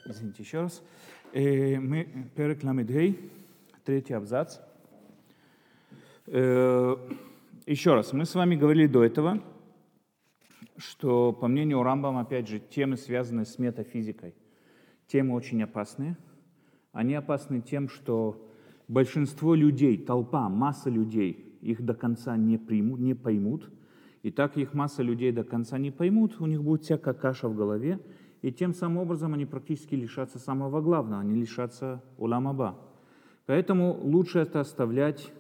Извините еще раз. Мы перек ламед-гей, третий абзац. Еще раз, мы с вами говорили до этого, что, по мнению Рамбама, опять же, темы, связанные с метафизикой, темы очень опасные. Они опасны тем, что большинство людей, толпа, масса людей, их до конца не поймут. И так их масса людей до конца не поймут, у них будет всякая каша в голове, и тем самым образом они практически лишатся самого главного, они лишатся улам аба. Поэтому лучше это оставлять,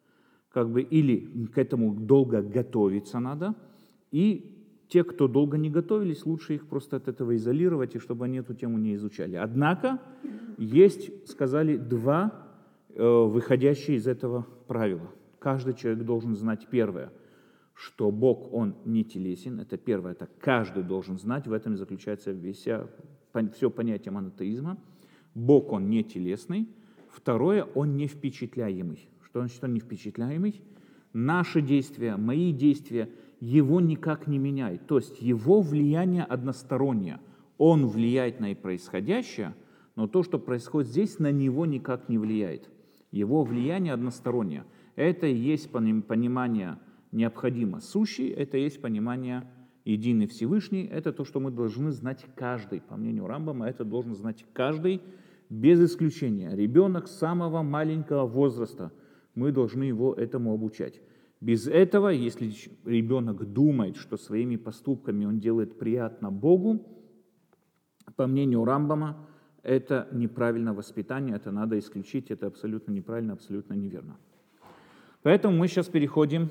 или к этому долго готовиться надо, и те, кто долго не готовились, лучше их просто от этого изолировать, и чтобы они эту тему не изучали. Однако есть, сказали, два выходящие из этого правила. Каждый человек должен знать первое, что Бог, Он не телесен, это первое, это каждый должен знать, в этом заключается все понятие монотеизма. Бог, Он не телесный. Второе, Он не впечатляемый. Что значит Он не впечатляемый? Наши действия, мои действия, Его никак не меняют. То есть Его влияние одностороннее. Он влияет на происходящее, но то, что происходит здесь, на Него никак не влияет. Его влияние одностороннее. Это и есть понимание необходимо сущий, это есть понимание единый Всевышний, это то, что мы должны знать каждый, по мнению Рамбама, это должен знать каждый, без исключения. Ребенок с самого маленького возраста, мы должны его этому обучать. Без этого, если ребенок думает, что своими поступками он делает приятно Богу, по мнению Рамбама, это неправильное воспитание, это надо исключить, это абсолютно неправильно, абсолютно неверно. Поэтому мы сейчас переходим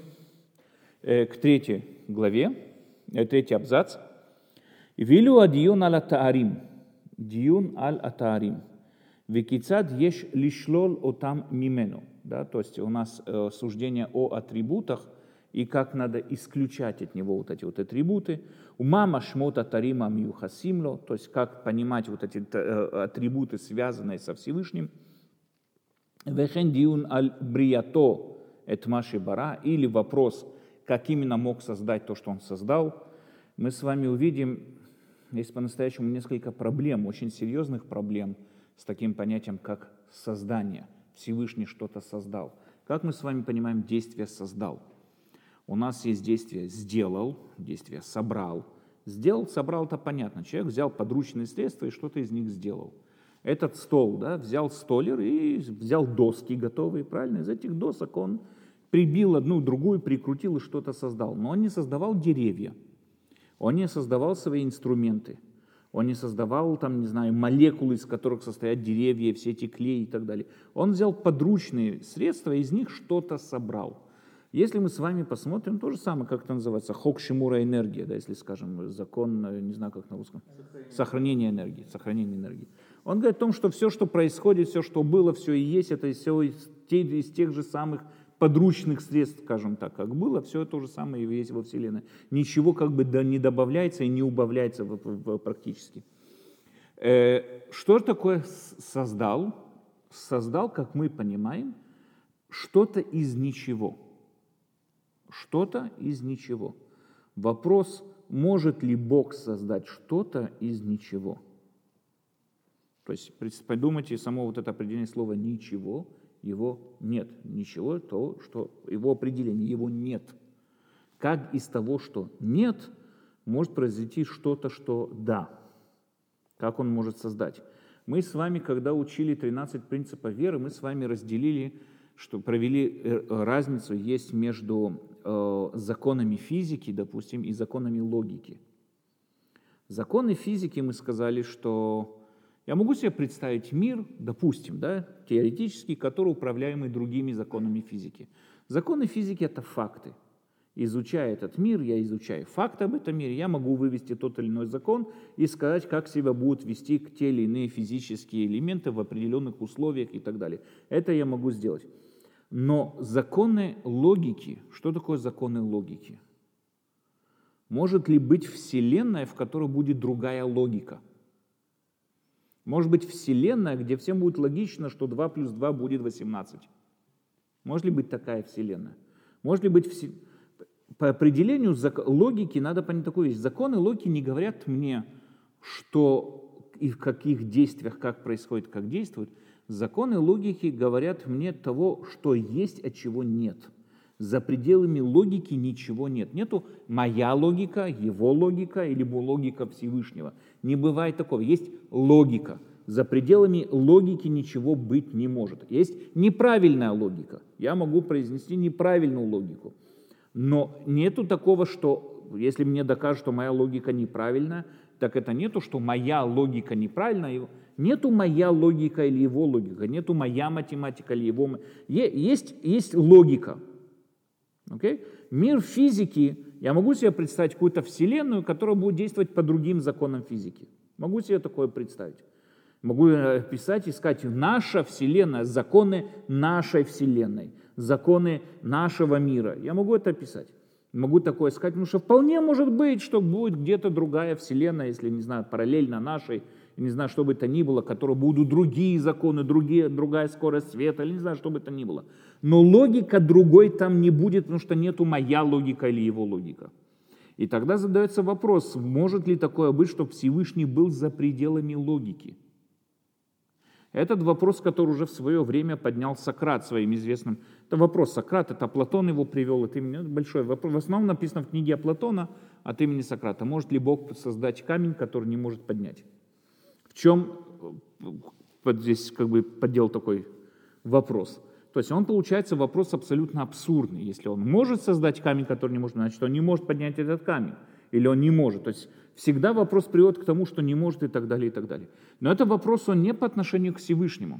к третьей главе, третий абзац. «Вилу адиюн аль-атаарим, диюн аль-атаарим, векицад еш лишлол отам мимену». Да, то есть у нас суждение о атрибутах, и как надо исключать от него вот эти вот атрибуты. «Умама шмот атарима миюхасимло», то есть как понимать вот эти атрибуты, связанные со Всевышним. «Вехен диюн аль-брията этмаши бара», или вопрос, как именно мог создать то, что он создал, мы с вами увидим, есть по-настоящему несколько проблем, очень серьезных проблем с таким понятием, как создание. Всевышний что-то создал. Как мы с вами понимаем действие «создал»? У нас есть действие «сделал», действие «собрал». «Сделал», «собрал» — это понятно. Человек взял подручные средства и что-то из них сделал. Этот стол, да, взял столер и взял доски готовые, правильно? Из этих досок он прибил одну, другую, прикрутил и что-то создал. Но он не создавал деревья, он не создавал свои инструменты, он не создавал, там, не знаю, молекулы, из которых состоят деревья, все эти клеи и так далее. Он взял подручные средства, из них что-то собрал. Если мы с вами посмотрим, то же самое, как это называется, хок шимура энергия, да, если скажем, закон, не знаю, как на русском, сохранение энергии. Он говорит о том, что все, что происходит, все, что было, все и есть, это все из тех же самых подручных средств, скажем так, как было, все то же самое и есть во Вселенной. Ничего как бы не добавляется и не убавляется практически. Что же такое создал? Создал, как мы понимаем, что-то из ничего. Что-то из ничего. Вопрос, может ли Бог создать что-то из ничего? То есть подумайте, само вот это определение слова «ничего», его нет. Ничего, то, что его определение, его нет. Как из того, что нет, может произойти что-то, что да? Как он может создать? Мы с вами, когда учили 13 принципов веры, мы с вами разделили, что провели разницу есть между законами физики, допустим, и законами логики. Законы физики мы сказали, что я могу себе представить мир, допустим, да, теоретически, который управляемый другими законами физики. Законы физики — это факты. Изучая этот мир, я изучаю факты об этом мире, я могу вывести тот или иной закон и сказать, как себя будут вести те или иные физические элементы в определенных условиях и так далее. Это я могу сделать. Но законы логики, что такое законы логики? Может ли быть вселенная, в которой будет другая логика? Может быть вселенная, где всем будет логично, что 2 плюс 2 будет 18. Может ли быть такая вселенная? Может ли быть по определению логики надо понять такую вещь. Законы логики не говорят мне, что и в каких действиях, как происходит, как действует, законы логики говорят мне того, что есть, а чего нет. За пределами логики ничего нет. Нету моя логика, его логика или логика Всевышнего. Не бывает такого. Есть логика. За пределами логики ничего быть не может. Есть неправильная логика. Я могу произнести неправильную логику. Но нету такого, что если мне докажут, что моя логика неправильная, так это нету, что моя логика неправильная. Нету моя логика или его логика. Нету моя математика или его. Есть логика. Okay? Мир физики, я могу себе представить какую-то вселенную, которая будет действовать по другим законам физики. Могу себе такое представить. Могу писать и сказать, наша вселенная, законы нашей вселенной, законы нашего мира. Я могу это описать. Могу такое сказать, потому что вполне может быть, что будет где-то другая вселенная, если, не знаю, параллельно нашей, не знаю, что бы это ни было, которые будут другие законы, другая скорость света, или не знаю, что бы это ни было. Но логика другой там не будет, потому что нету моя логика или его логика. И тогда задается вопрос, может ли такое быть, чтобы Всевышний был за пределами логики? Этот вопрос, который уже в свое время поднял Сократ своим известным. Это вопрос Сократа, это Платон его привел, это именно большой вопрос. В основном написано в книге Платона от имени Сократа. Может ли Бог создать камень, который не может поднять? В чем здесь как бы поддел такой вопрос? То есть он, получается, вопрос абсолютно абсурдный. Если он может создать камень, который не может, значит, он не может поднять этот камень. Или он не может. То есть всегда вопрос приводит к тому, что не может и так далее, и так далее. Но это вопрос, он не по отношению к Всевышнему.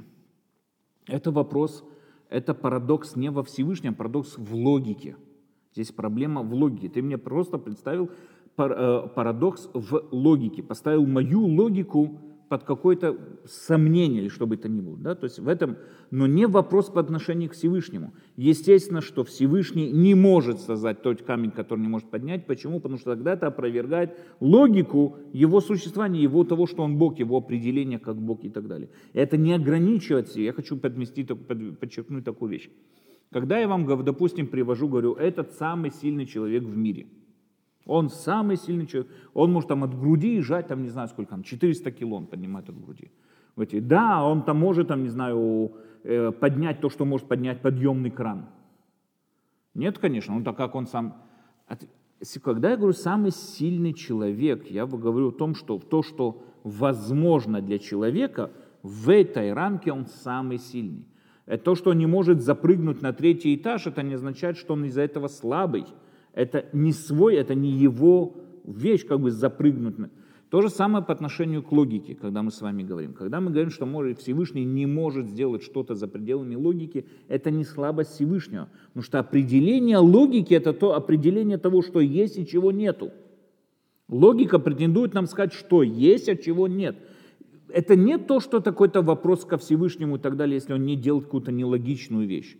Это вопрос, это парадокс не во Всевышнем, а парадокс в логике. Здесь проблема в логике. Ты мне просто представил парадокс в логике, поставил мою логику под какое-то сомнение, или что бы это ни было. Да? То есть в этом, но не вопрос по отношению к Всевышнему. Естественно, что Всевышний не может создать тот камень, который не может поднять. Почему? Потому что тогда это опровергает логику его существования, его того, что он Бог, его определение как Бог и так далее. Это не ограничивается. Я хочу подчеркнуть такую вещь. Когда я вам, допустим, привожу, говорю, этот самый сильный человек в мире. Он самый сильный человек. Он может там от груди жать, там не знаю сколько, там 400 кило он поднимает от груди. Да, он там может, там, не знаю, поднять то, что может поднять подъемный кран. Нет, конечно, так как он сам. Когда я говорю самый сильный человек, я говорю о том, что то, что возможно для человека, в этой рамке он самый сильный. То, что он не может запрыгнуть на 3-й этаж, это не означает, что он из-за этого слабый. Это не свой, это не его вещь, как бы запрыгнуть. То же самое по отношению к логике, когда мы с вами говорим. Когда мы говорим, что Всевышний не может сделать что-то за пределами логики, это не слабость Всевышнего. Потому что определение логики – это то определение того, что есть и чего нету. Логика претендует нам сказать, что есть, а чего нет. Это не то, что какой-то вопрос ко Всевышнему и так далее, если он не делает какую-то нелогичную вещь.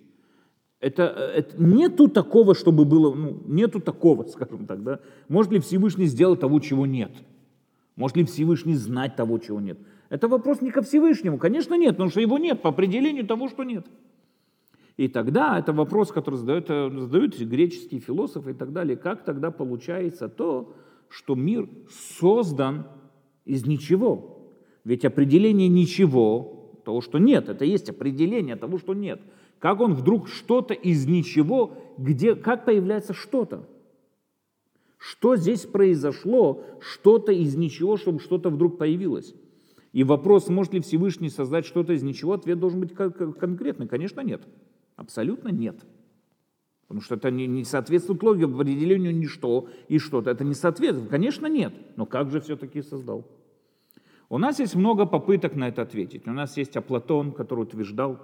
Это нету такого, чтобы было, нету такого, скажем так, да. Может ли Всевышний сделать того, чего нет? Может ли Всевышний знать того, чего нет? Это вопрос не ко Всевышнему, конечно нет, потому что его нет по определению того, что нет. И тогда это вопрос, который задают греческие философы и так далее. Как тогда получается то, что мир создан из ничего? Ведь определение ничего, того, что нет, это есть определение того, что нет. Как он вдруг что-то из ничего, как появляется что-то? Что здесь произошло, что-то из ничего, чтобы что-то вдруг появилось? И вопрос, может ли Всевышний создать что-то из ничего, ответ должен быть конкретный. Конечно, нет. Абсолютно нет. Потому что это не соответствует логике, определению ничто и что-то. Это не соответствует. Конечно, нет. Но как же все-таки создал? У нас есть много попыток на это ответить. У нас есть Аплатон, который утверждал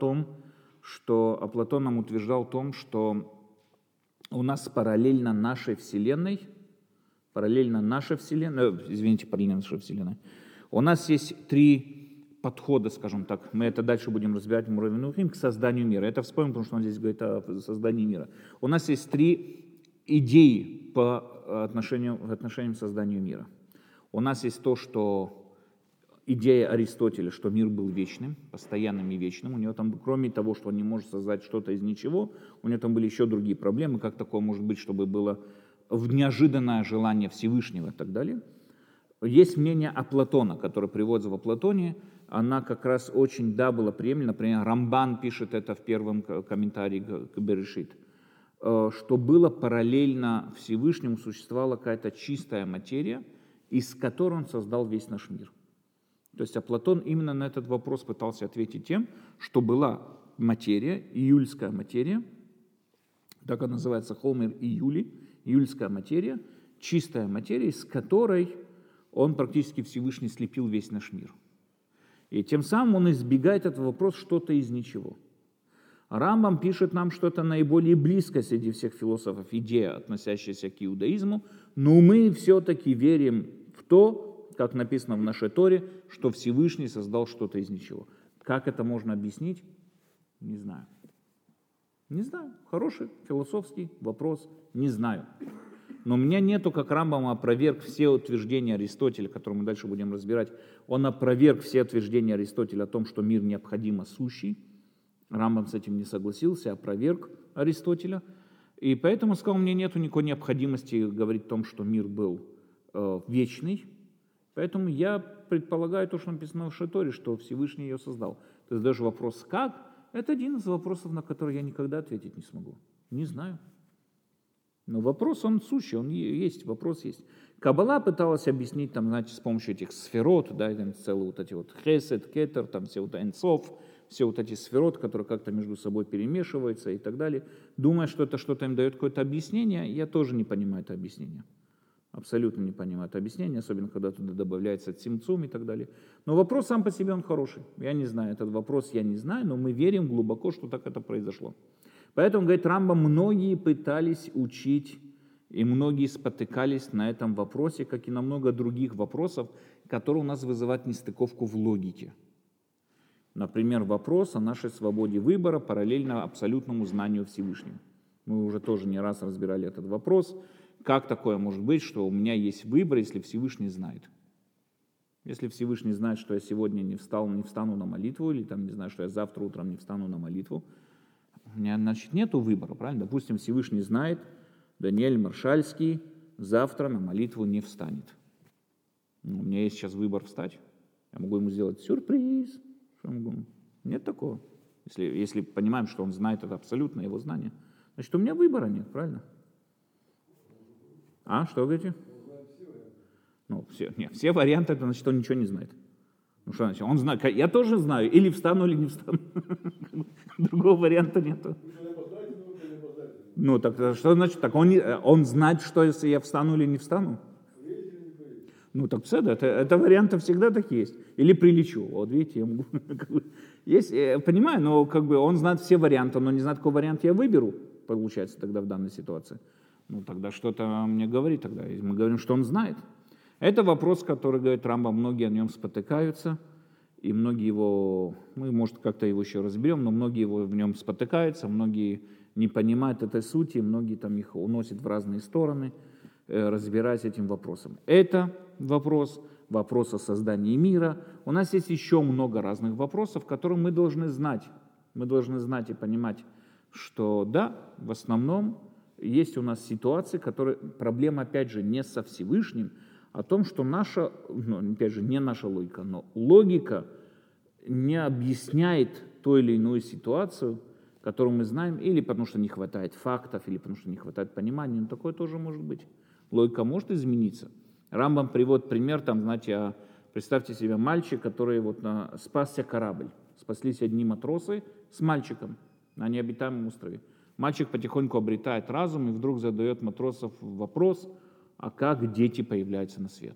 Аплатон нам утверждал в том, что у нас параллельно нашей Вселенной, параллельно нашей Вселенной, у нас есть 3 подхода, скажем так, мы это дальше будем разбирать в Муравьиным к созданию мира. Это вспомним, потому что он здесь говорит о создании мира. У нас есть 3 идеи по отношению к созданию мира. У нас есть то, что идея Аристотеля, что мир был вечным, постоянным и вечным. У него там, кроме того, что он не может создать что-то из ничего, у него там были еще другие проблемы, как такое может быть, чтобы было неожиданное желание Всевышнего и так далее. Есть мнение о Платона, которое приводится в Платоне, она как раз очень, да, была приемлема. Например, Рамбан пишет это в первом комментарии к Берешит, что было параллельно Всевышнему, существовала какая-то чистая материя, из которой он создал весь наш мир. То есть Платон именно на этот вопрос пытался ответить тем, что была материя, июльская материя, так она называется, Хомер Июли, июльская материя, чистая материя, из которой он практически Всевышний слепил весь наш мир. И тем самым он избегает этого вопроса что-то из ничего. Рамбам пишет нам, что это наиболее близко среди всех философов идея, относящаяся к иудаизму, но мы все-таки верим в то, как написано в нашей Торе, что Всевышний создал что-то из ничего. Как это можно объяснить? Не знаю. Не знаю. Хороший философский вопрос. Не знаю. Но у меня нету, как Рамбам опроверг все утверждения Аристотеля, которые мы дальше будем разбирать. Он опроверг все утверждения Аристотеля о том, что мир необходимо сущий. Рамбам с этим не согласился, опроверг Аристотеля. И поэтому сказал, у меня нету никакой необходимости говорить о том, что мир был вечный. Поэтому я предполагаю то, что написано в Шаторе, что Всевышний ее создал. То есть даже вопрос «как?» – это один из вопросов, на который я никогда ответить не смогу. Не знаю. Но вопрос, он сущий, он есть, вопрос есть. Каббала пыталась объяснить, там, знаете, с помощью этих сферот, да, там целые вот эти вот хесед, кетер, там все вот энцов, все вот эти сферот, которые как-то между собой перемешиваются и так далее. Думая, что это что-то им дает какое-то объяснение, я тоже не понимаю это объяснение. Абсолютно не понимаю это объяснение, особенно когда туда добавляется цимцум и так далее. Но вопрос сам по себе, он хороший. Я не знаю, этот вопрос я не знаю, но мы верим глубоко, что так это произошло. Поэтому, говорит Рамбам, многие пытались учить, и многие спотыкались на этом вопросе, как и на много других вопросов, которые у нас вызывают нестыковку в логике. Например, вопрос о нашей свободе выбора параллельно абсолютному знанию Всевышнего. Мы уже тоже не раз разбирали этот вопрос. Как такое может быть, что у меня есть выбор, если Всевышний знает? Если Всевышний знает, что я сегодня не встану на молитву, или там, не знаю, что я завтра утром не встану на молитву, у меня, значит, нету выбора, правильно? Допустим, Всевышний знает, Даниэль Маршальский завтра на молитву не встанет. У меня есть сейчас выбор встать. Я могу ему сделать сюрприз. Что я могу? Нет такого. Если понимаем, что он знает, это абсолютно его знание, значит, у меня выбора нет, правильно? А, что говорите? Ну, все варианты, это значит, он ничего не знает. Ну, что значит? Он знает, я тоже знаю, или встану, или не встану. Другого варианта нету. Ну, так что значит? Так он знает, что если я встану или не встану? Ну, так все, да, это варианты всегда такие есть. Или прилечу. Вот видите, я могу, есть, я понимаю, но как бы он знает все варианты, но не знает, какой вариант я выберу, получается, тогда в данной ситуации. Ну, тогда что-то мне говорит тогда. Мы говорим, что он знает. Это вопрос, который, говорит Рамбам, многие о нем спотыкаются, и многие его, мы, может, как-то его еще разберем, но многие его в нем спотыкаются, многие не понимают этой сути, многие там их уносят в разные стороны, разбираясь этим вопросом. Это вопрос о создании мира. У нас есть еще много разных вопросов, которые мы должны знать. Мы должны знать и понимать, что да, в основном есть у нас ситуации, которые, проблема, опять же, не со Всевышним, о том, что наша, ну, опять же, не наша логика, но логика не объясняет ту или иную ситуацию, которую мы знаем, или потому что не хватает фактов, или потому что не хватает понимания, но такое тоже может быть. Логика может измениться. Рамбам приводит пример, там, знаете, представьте себе мальчик, который вот спасся корабль, спаслись одни матросы с мальчиком на необитаемом острове. Мальчик потихоньку обретает разум и вдруг задает матросов вопрос, а как дети появляются на свет?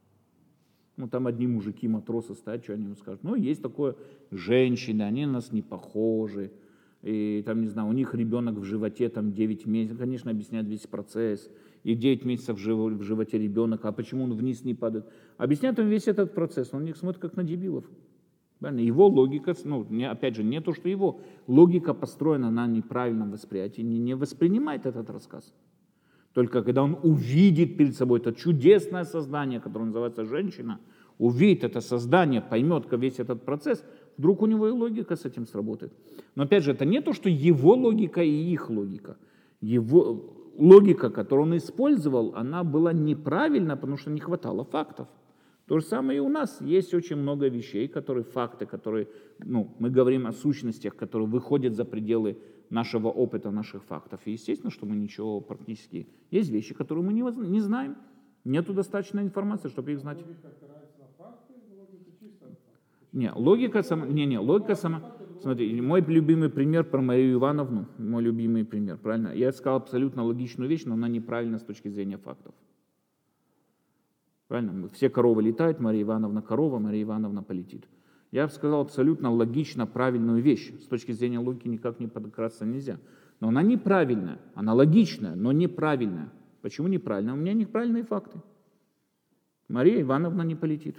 Ну, там одни мужики, матросы стоят, что они ему скажут? Ну, есть такое, женщины, они на нас не похожи, и там, не знаю, у них ребенок в животе, там, 9 месяцев, конечно, объясняют весь процесс, и 9 месяцев в животе ребенка, а почему он вниз не падает? Объясняют им весь этот процесс, он их смотрит как на дебилов. Правильно? Его логика, ну, опять же, не то, что его логика построена на неправильном восприятии, не воспринимает этот рассказ. Только когда он увидит перед собой это чудесное создание, которое называется женщина, увидит это создание, поймет весь этот процесс, вдруг у него и логика с этим сработает. Но опять же, это не то, что его логика и их логика. Его логика, которую он использовал, она была неправильна, потому что не хватало фактов. То же самое и у нас. Есть очень много вещей, которые факты, которые, мы говорим о сущностях, которые выходят за пределы нашего опыта, наших фактов. И естественно, что мы ничего практически... Есть вещи, которые мы не знаем. Нету достаточной информации, чтобы их знать. Логика опирается на факты, логика чисто от фактов. Логика сама... Смотри, мой любимый пример про Марию Ивановну, мой любимый пример, правильно? Я сказал абсолютно логичную вещь, но она неправильна с точки зрения фактов. Правильно? Все коровы летают, Мария Ивановна корова, Мария Ивановна полетит. Я сказал абсолютно логично правильную вещь. С точки зрения логики никак не подкрасться нельзя. Но она неправильная, она логичная, но неправильная. Почему неправильная? У меня неправильные факты. Мария Ивановна не полетит.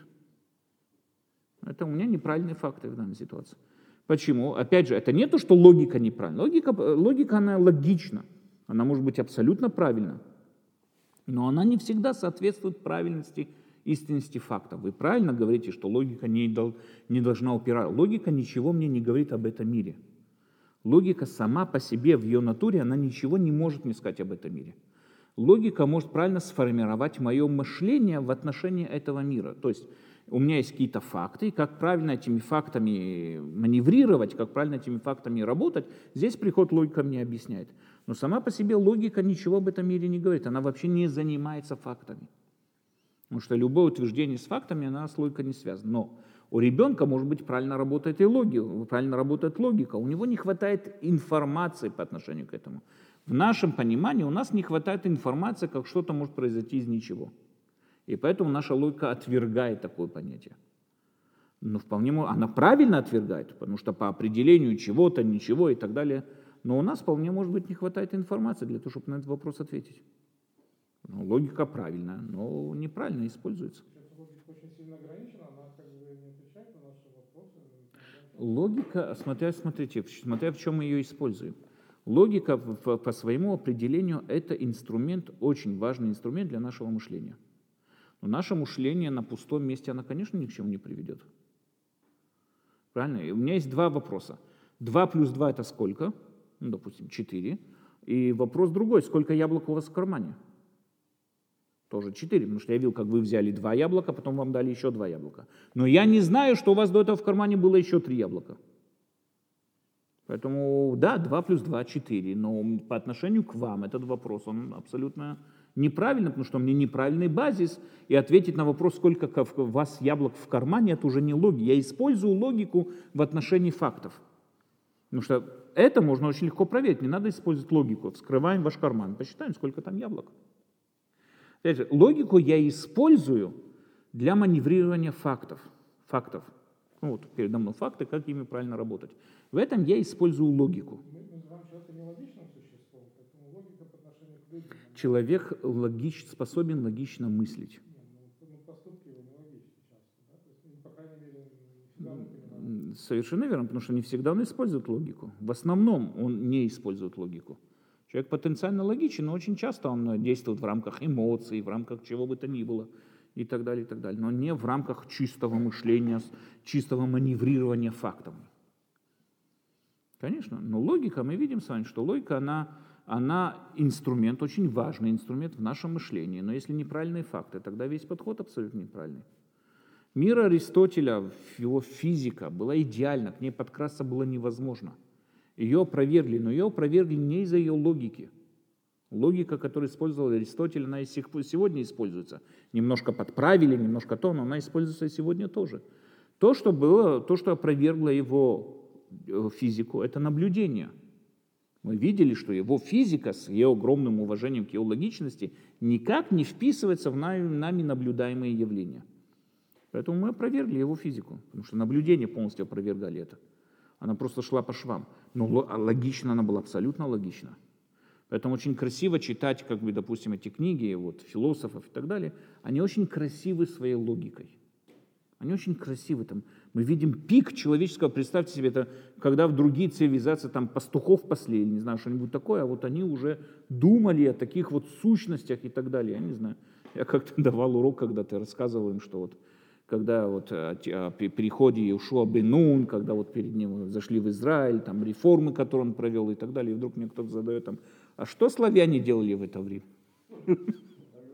Это у меня неправильные факты в данной ситуации. Почему? Опять же, это не то, что логика неправильна. Логика, она логична. Она может быть абсолютно правильна. Но она не всегда соответствует правильности, истинности фактов. Вы правильно говорите, что логика не должна упирать. Логика ничего мне не говорит об этом мире. Логика сама по себе, в ее натуре, она ничего не может мне сказать об этом мире. Логика может правильно сформировать мое мышление в отношении этого мира. То есть у меня есть какие-то факты, и как правильно этими фактами маневрировать, как правильно этими фактами работать, здесь приход логика мне объясняет. Но сама по себе логика ничего об этом мире не говорит, она вообще не занимается фактами. Потому что любое утверждение с фактами, она с логикой не связана. Но у ребенка, может быть, правильно работает и логика, правильно работает логика, у него не хватает информации по отношению к этому. В нашем понимании у нас не хватает информации, как что-то может произойти из ничего. И поэтому наша логика отвергает такое понятие. Но вполне она правильно отвергает, потому что по определению чего-то, ничего и так далее. Но у нас вполне, может быть, не хватает информации для того, чтобы на этот вопрос ответить. Логика правильная, но неправильно используется. Логика очень сильно ограничена, она как бы не отвечает на наши вопросы. Логика, смотря в чем мы ее используем. Логика по своему определению это инструмент, очень важный инструмент для нашего мышления. Но наше мышление на пустом месте, оно, конечно, ни к чему не приведет. Правильно? И у меня есть два вопроса. 2 плюс 2 это сколько? Допустим, 4. И вопрос другой. Сколько яблок у вас в кармане? Тоже 4, потому что я видел, как вы взяли 2 яблока, потом вам дали еще 2 яблока. Но я не знаю, что у вас до этого в кармане было еще 3 яблока. Поэтому, да, 2 плюс 2 – 4. Но по отношению к вам этот вопрос, он абсолютно неправильный, потому что у меня неправильный базис. И ответить на вопрос, сколько у вас яблок в кармане, это уже не логика. Я использую логику в отношении фактов. Потому что это можно очень легко проверить. Не надо использовать логику. Вскрываем ваш карман, посчитаем, сколько там яблок. Опять же, логику я использую для маневрирования фактов. Передо мной факты, как ими правильно работать. В этом я использую логику. Мы называем человека нелогичным существом, поэтому логика по отношению к людям. Человек способен логично мыслить. Поступки его нелогичны часто, да? То есть, по крайней мере, не всегда мы понимаем. Совершенно верно, потому что не всегда он использует логику. В основном он не использует логику. Человек потенциально логичен, но очень часто он действует в рамках эмоций, в рамках чего бы то ни было и так далее, и так далее. Но не в рамках чистого мышления, чистого маневрирования фактами. Конечно, но логика, мы видим с вами, что логика, она инструмент, очень важный инструмент в нашем мышлении. Но если неправильные факты, тогда весь подход абсолютно неправильный. Мир Аристотеля, его физика была идеальна, к ней подкрасться было невозможно. Ее опровергли, но ее опровергли не из-за ее логики. Логика, которую использовал Аристотель, она и сегодня используется. Немножко подправили, немножко то, но она используется и сегодня тоже. То, что опровергло его физику, это наблюдение. Мы видели, что его физика с ее огромным уважением к его логичности никак не вписывается в нами наблюдаемые явления. Поэтому мы опровергли его физику, потому что наблюдения полностью опровергали это. Она просто шла по швам. Но логично она была, абсолютно логична. Поэтому очень красиво читать, допустим, эти книги философов и так далее. Они очень красивы своей логикой. Они очень красивы. Там мы видим пик человеческого. Представьте себе, это когда в другие цивилизации там пастухов пасли, или не знаю, что-нибудь такое, а вот они уже думали о таких вот сущностях и так далее. Я не знаю. Я как-то давал урок, когда-то рассказывал им, что когда при приходе Иешуа бен Нун, когда перед ним зашли в Израиль, там реформы, которые он провел и так далее, и вдруг мне кто-то задает а что славяне делали в это время?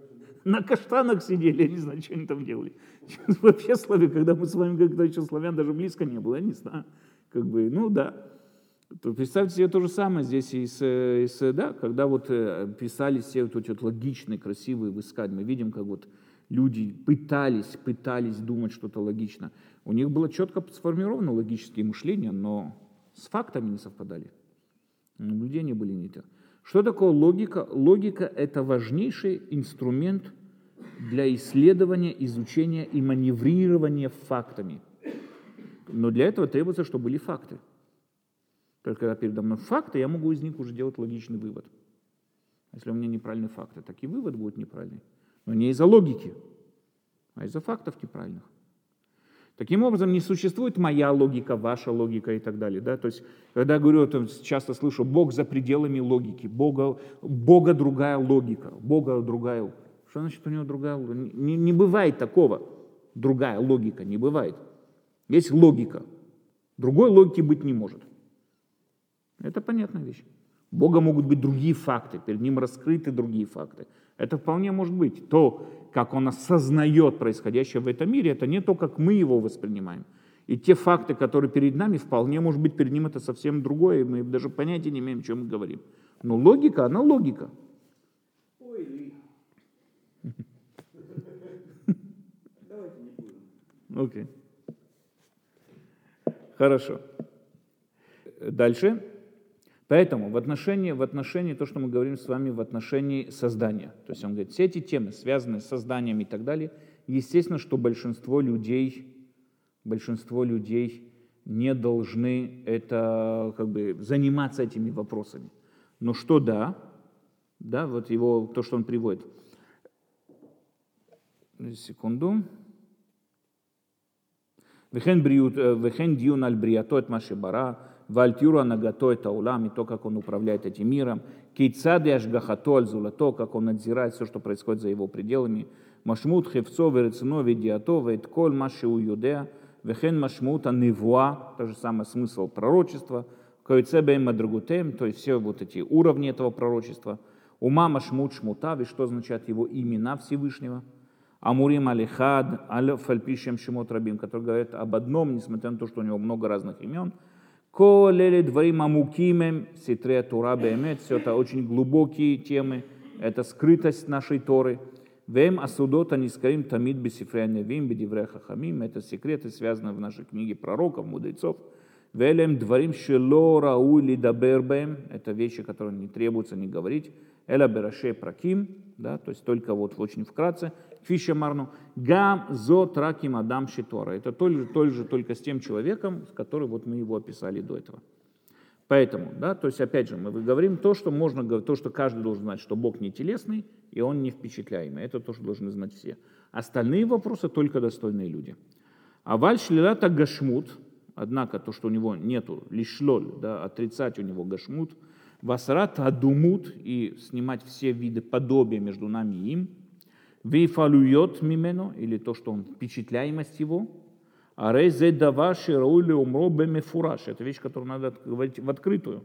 На каштанах сидели, я не знаю, что они там делали. Вообще славяне, когда мы с вами, когда еще славян даже близко не было, я не знаю. Как бы, ну да. То представьте себе то же самое здесь да, когда вот писали все вот эти вот логичные, красивые высказывания. Мы видим, как вот люди пытались думать что-то логично. У них было четко сформировано логические мышления, но с фактами не совпадали. Наблюдения были не те. Что такое логика? Логика – это важнейший инструмент для исследования, изучения и маневрирования фактами. Но для этого требуется, чтобы были факты. Только когда передо мной факты, я могу из них уже делать логичный вывод. Если у меня неправильные факты, так и вывод будет неправильный. Но не из-за логики, а из-за фактов неправильных. Таким образом, не существует моя логика, ваша логика и так далее. Да? То есть, когда я говорю, часто слышу, Бог за пределами логики, Бога другая логика, Бога другая. Что значит у него другая логика? Не бывает такого. Другая логика не бывает. Есть логика. Другой логики быть не может. Это понятная вещь. У Бога могут быть другие факты, перед Ним раскрыты другие факты. Это вполне может быть. То, как Он осознает происходящее в этом мире, это не то, как мы его воспринимаем. И те факты, которые перед нами, вполне может быть перед Ним это совсем другое, и мы даже понятия не имеем, о чем мы говорим. Но логика, она логика. Окей. Хорошо. Дальше. Поэтому в отношении то, что мы говорим с вами в отношении создания, то есть он говорит, все эти темы, связанные с созданием и так далее, естественно, что большинство людей не должны заниматься этими вопросами. Но что да, вот его, то, что он приводит. Секунду. Вехен диун аль бриято эт маши бара, вальтюра нагато это улам, и то, как он управляет этим миром, кейцады ашгахато аль зулато, как он надзирает все, что происходит за его пределами, машмут хевцо верецено ведиато вет коль маши уюдеа, вехен машмута невуа, то же самое смысл пророчества, койцебеем мадрагутем, то есть все вот эти уровни этого пророчества, ума машмут шмута, и что означает его имена Всевышнего, Амурим алихад, аль-фальпишем шимот рабим, который говорит об одном, несмотря на то, что у него много разных имен. Колели дворим амукимем, ситре тура беэмет, все это очень глубокие темы, это скрытость нашей Торы. Вем асудот анискарим тамид бесифрея невим, бедиврея хахамим, это секреты, связанные в нашей книге пророков, мудрецов. Велем дворим шело рау лидабер бэм, это вещи, которые не требуется не говорить. Эла берашей праким, да, то есть только вот очень вкратце. Фиша марну гам зот раким адам шитора. Это только с тем человеком, с которым вот мы его описали до этого. Поэтому, да, то есть опять же мы говорим то, что можно говорить, то, что каждый должен знать, что Бог не телесный и Он не впечатляемый. Это то, что должны знать все. Остальные вопросы только достойные люди. А валь шлилата гашмут, однако то, что у него нету лишлоль, да, отрицать у него гашмут, васрат адумут и снимать все виды подобия между нами и им, вейфалуйот мимено, или то, что он впечатляемость его, а рейзе даваши раули умро бемефураш, это вещь, которую надо говорить в открытую,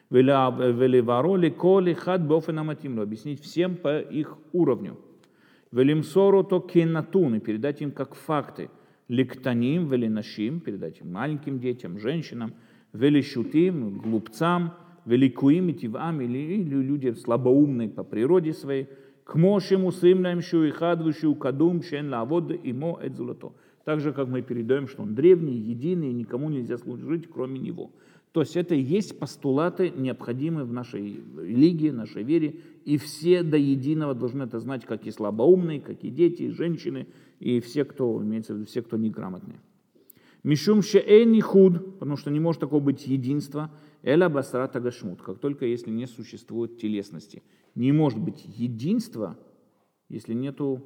велевароли коли хад бофенаматимлю, объяснить всем по их уровню, велимсору то кенатун, и передать им как факты, ликтаним, велинашим, передать им маленьким детям, женщинам, велишутим, глупцам, великуим и тивам, или люди слабоумные по природе своей, к мошему сымнаем шуихадвушу кадум шен лавод имо эдзулато. Так же, как мы передаем, что он древний, единый, и никому нельзя служить, кроме него. То есть это и есть постулаты, необходимые в нашей религии, нашей вере, и все до единого должны это знать, как и слабоумные, как и дети, и женщины, и все, кто, имеется в виду, все, кто неграмотные. Мишум шеэйни худ, потому что не может такого быть единства, эла басрата гашмут, как только если не существует телесности. Не может быть единства, если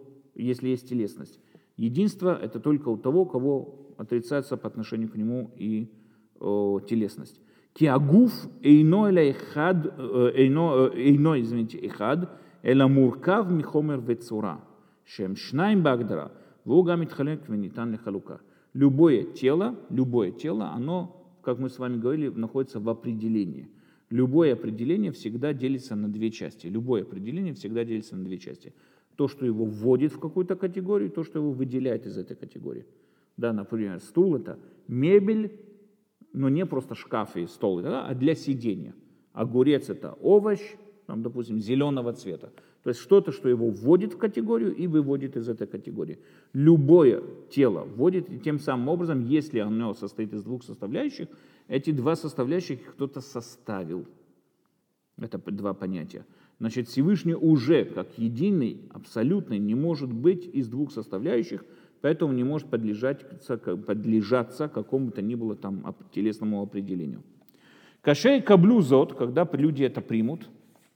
есть телесность. Единство – это только у того, кого отрицается по отношению к нему и телесность. Киагуф эйно эхад, эла муркав михомер вецура, шем шнайм багдара, вога митхалек венитан лехалука. Любое тело, оно, как мы с вами говорили, находится в определении. Любое определение всегда делится на две части. то, что его вводит в какую-то категорию, и то, что его выделяет из этой категории. Да, например, стул – это мебель, но не просто шкаф и стол, да, а для сидения. Огурец – это овощ, там, допустим, зеленого цвета. То есть что-то, что его вводит в категорию и выводит из этой категории. Любое тело вводит, и тем самым образом, если оно состоит из двух составляющих, эти два составляющих кто-то составил. Это два понятия. Значит, Всевышний уже как единый, абсолютный, не может быть из двух составляющих, поэтому не может подлежаться какому-то ни было там телесному определению. Кашей каблузот, когда люди это примут,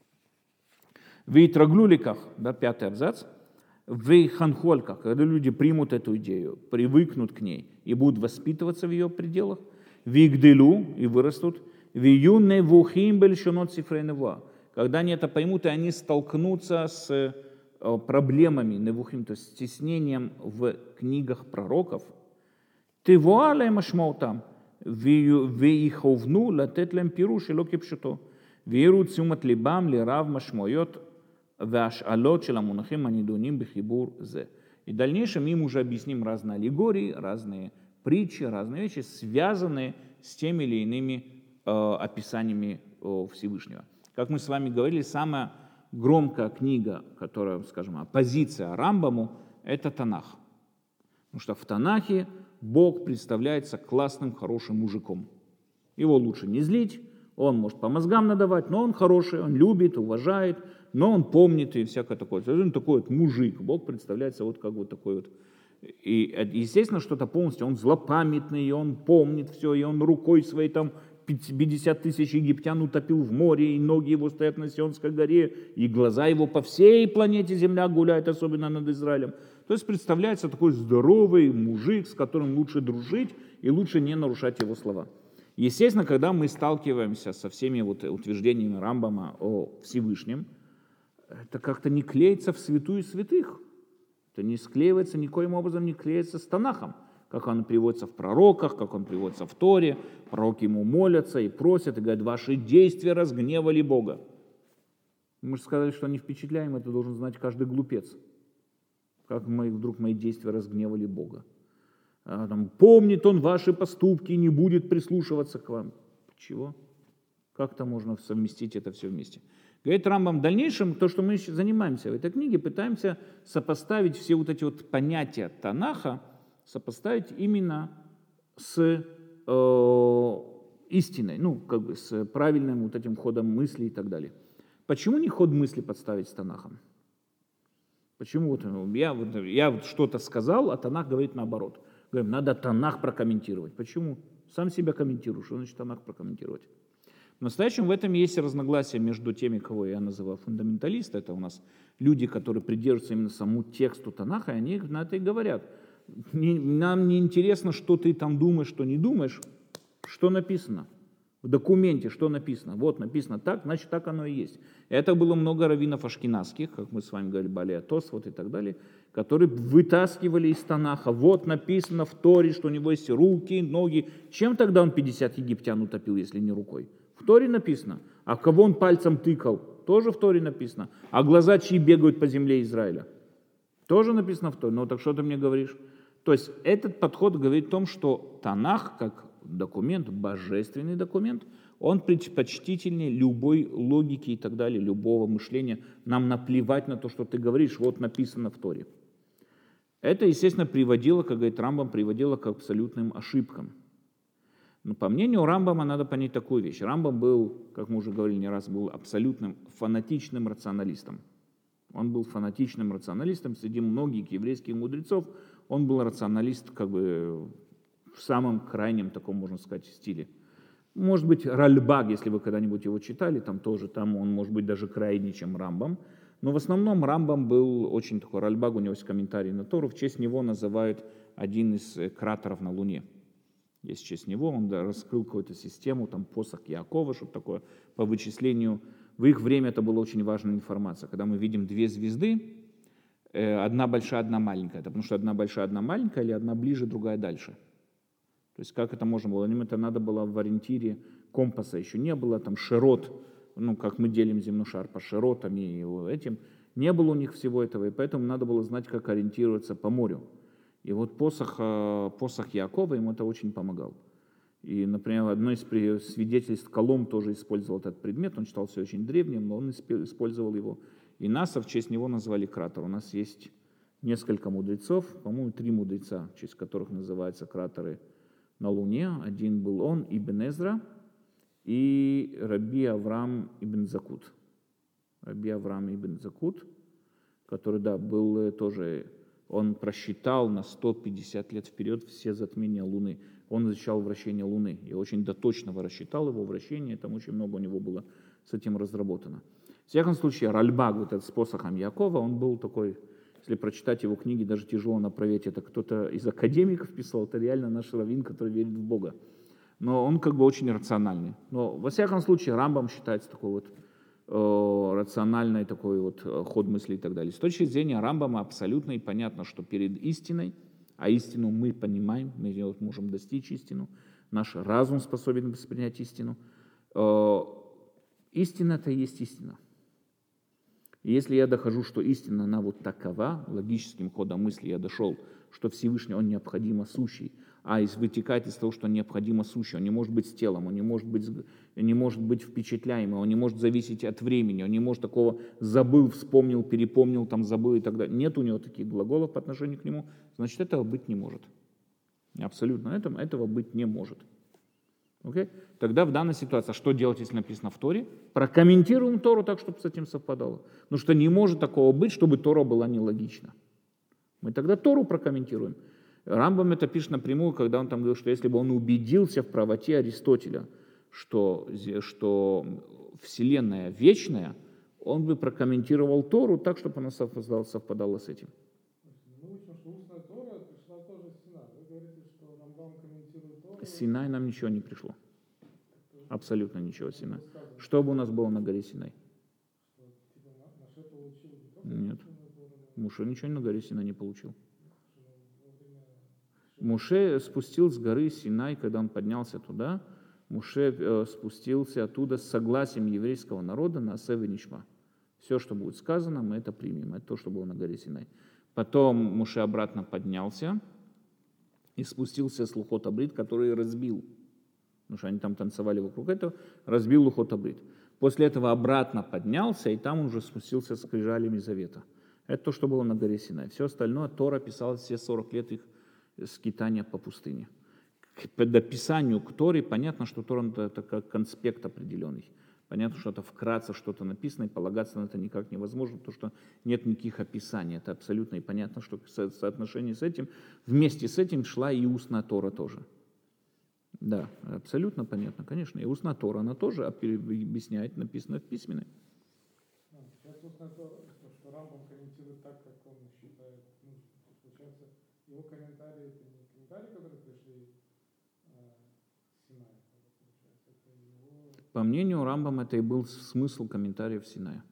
вейтраглуликах, да, 5 абзац, вейханхольках, когда люди примут эту идею, привыкнут к ней и будут воспитываться в ее пределах, вигделу и вырастут, виюнне вухим бельшонот сифрейнева, когда они это поймут, и они столкнутся с проблемами невухим, то есть стеснением в книгах пророков, тивуале машмаутам, веиховну латетлем пируш и локи пшуто, веиру цумат либам лирав машмойот והשאלות של המונחים הנידונים בחיבור זה. И в дальнейшем им уже объясним разные аллегории, разные притчи, разные вещи, связанные с теми или иными описаниями Всевышнего. Как мы с вами говорили, самая громкая книга, которая, скажем, оппозиция Рамбаму, это Танах. Потому что в Танахе Бог представляется классным, хорошим мужиком. Его лучше не злить, он может по мозгам надавать, но он хороший, он любит, уважает, но он помнит и всякое такое. Он такой вот мужик, Бог представляется вот как вот такой вот. И, естественно, что-то полностью, он злопамятный, и он помнит все, и он рукой своей там 50 тысяч египтян утопил в море, и ноги его стоят на Сионской горе, и глаза его по всей планете Земля гуляют, особенно над Израилем. То есть представляется такой здоровый мужик, с которым лучше дружить и лучше не нарушать его слова. Естественно, когда мы сталкиваемся со всеми вот утверждениями Рамбама о Всевышнем, это как-то не клеится в святую святых. Это не склеивается, никоим образом не клеится с Танахом. Как он приводится в пророках, как он приводится в Торе. Пророки ему молятся и просят, и говорят, ваши действия разгневали Бога. Мы же сказали, что не впечатляем, это должен знать каждый глупец. Как вдруг мои действия разгневали Бога. Там, помнит он ваши поступки и не будет прислушиваться к вам. Чего? Как-то можно совместить это все вместе. Говорит Рамбам, в дальнейшем, то, что мы занимаемся в этой книге, пытаемся сопоставить все вот эти вот понятия Танаха, сопоставить именно с истиной, ну, как бы с правильным вот этим ходом мысли и так далее. Почему не ход мысли подставить с Танахом? Почему вот я вот что-то сказал, а Танах говорит наоборот. Говорим, надо Танах прокомментировать. Почему? Сам себя комментируешь, что значит Танах прокомментировать? В настоящем в этом есть разногласия между теми, кого я называю фундаменталисты. Это у нас люди, которые придерживаются именно самому тексту Танаха, и они на это и говорят. Нам не интересно, что ты там думаешь, что не думаешь, что написано. В документе что написано? Вот написано так, значит так оно и есть. Это было много раввинов ашкеназских, как мы с вами говорили, Бали Атос, вот и так далее, которые вытаскивали из Танаха. Вот написано в Торе, что у него есть руки, ноги. Чем тогда он 50 египтян утопил, если не рукой? В Торе написано. А кого он пальцем тыкал? Тоже в Торе написано. А глаза чьи бегают по земле Израиля? Тоже написано в Торе. Ну так что ты мне говоришь? То есть этот подход говорит о том, что Танах, как документ, божественный документ, он предпочтительнее любой логики и так далее, любого мышления. Нам наплевать на то, что ты говоришь, вот написано в Торе. Это, естественно, приводило, как говорит Рамбам, приводило к абсолютным ошибкам. Но по мнению Рамбама надо понять такую вещь. Рамбам был, как мы уже говорили не раз, был абсолютным фанатичным рационалистом. Он был фанатичным рационалистом среди многих еврейских мудрецов. Он был рационалист как бы в самом крайнем таком, можно сказать, стиле. Может быть, Ральбаг, если вы когда-нибудь его читали, там тоже, там он может быть даже крайнее, чем Рамбам. Но в основном Рамбам был очень такой, Ральбаг, у него есть комментарий на Тору, в честь него называют один из кратеров на Луне. Есть в честь него, он раскрыл какую-то систему, там посох Яакова, что-то такое, по вычислению. В их время это была очень важная информация. Когда мы видим две звезды, одна большая, одна маленькая. Это потому что одна большая, одна маленькая, или одна ближе, другая дальше. То есть как это можно было? Им это надо было в ориентире, компаса еще не было, там широт, ну как мы делим земной шар по широтам и этим. Не было у них всего этого, и поэтому надо было знать, как ориентироваться по морю. И вот посох Якова ему это очень помогал. И, например, одно из свидетельств, Колумб тоже использовал этот предмет, он считался очень древним, но он использовал его. И НАСА в честь него назвали кратер. У нас есть несколько мудрецов, по-моему, 3 мудреца, в честь которых называются кратеры на Луне. Один был он, Ибн Эзра, и Раби Авраам ибн Закут. Раби Авраам ибн Закут, который, да, был тоже, он просчитал на 150 лет вперед все затмения Луны. Он изучал вращение Луны и очень доточно рассчитал его вращение, там очень много у него было с этим разработано. В всяком случае, Ральбаг, вот этот с посохом Якова, он был такой, если прочитать его книги, даже тяжело направить, это кто-то из академиков писал, это реально наш раввин, который верит в Бога. Но он как бы очень рациональный. Но во всяком случае, Рамбам считается такой вот рациональный такой вот ход мысли и так далее. С точки зрения Рамбама абсолютно и понятно, что перед истиной, а истину мы понимаем, мы можем достичь истину, наш разум способен воспринять истину. Истина – это и есть истина. И если я дохожу, что истина, она вот такова, логическим ходом мысли я дошел, что Всевышний, он необходимо сущий, а вытекает из того, что он необходимо сущий, он не может быть с телом, он не может быть впечатляемым, он не может зависеть от времени, он не может такого забыл, вспомнил, перепомнил, там забыл и так далее. Нет у него таких глаголов по отношению к нему, значит, этого быть не может. Абсолютно этого быть не может. Okay? Тогда в данной ситуации, что делать, если написано в Торе? Прокомментируем Тору так, чтобы с этим совпадало. Потому что не может такого быть, чтобы Тора была нелогична. Мы тогда Тору прокомментируем. Рамбам это пишет напрямую, когда он там говорил, что если бы он убедился в правоте Аристотеля, что Вселенная вечная, он бы прокомментировал Тору так, чтобы она совпадала с этим. Мы учим, что устная Тора пришла тоже с Синай. Вы говорите, что Рамбам комментирует Тору. С Синай нам ничего не пришло. Абсолютно ничего с Синай. Что бы у нас было на горе Синай? Нет. Муше ничего на горе Синай не получил. Муше спустил с горы Синай, когда он поднялся туда, Муше спустился оттуда с согласием еврейского народа на Асев и Нишма. Все, что будет сказано, мы это примем. Это то, что было на горе Синай. Потом Муше обратно поднялся и спустился с Лухот Абрит, который разбил. Потому что они там танцевали вокруг этого, разбил Лухот Абрит. После этого обратно поднялся, и там он уже спустился с скрижалями завета. Это то, что было на горе Синай. Все остальное Тора писала все 40 лет их скитания по пустыне. К дописанию к Торе понятно, что Тора это как конспект определенный. Понятно, что это вкратце что-то написано, и полагаться на это никак невозможно, потому что нет никаких описаний. Это абсолютно и понятно, что в соотношении с этим, вместе с этим шла и устная Тора тоже. Да, абсолютно понятно, конечно. И устная Тора, она тоже объясняет, написано в письменной. Сейчас устная Тора, что Рамбам комментирует так, как он считает. Получается, его комментарии, это не комментарии, которые пришли с Синая. По мнению Рамбама, это и был смысл комментариев Синая.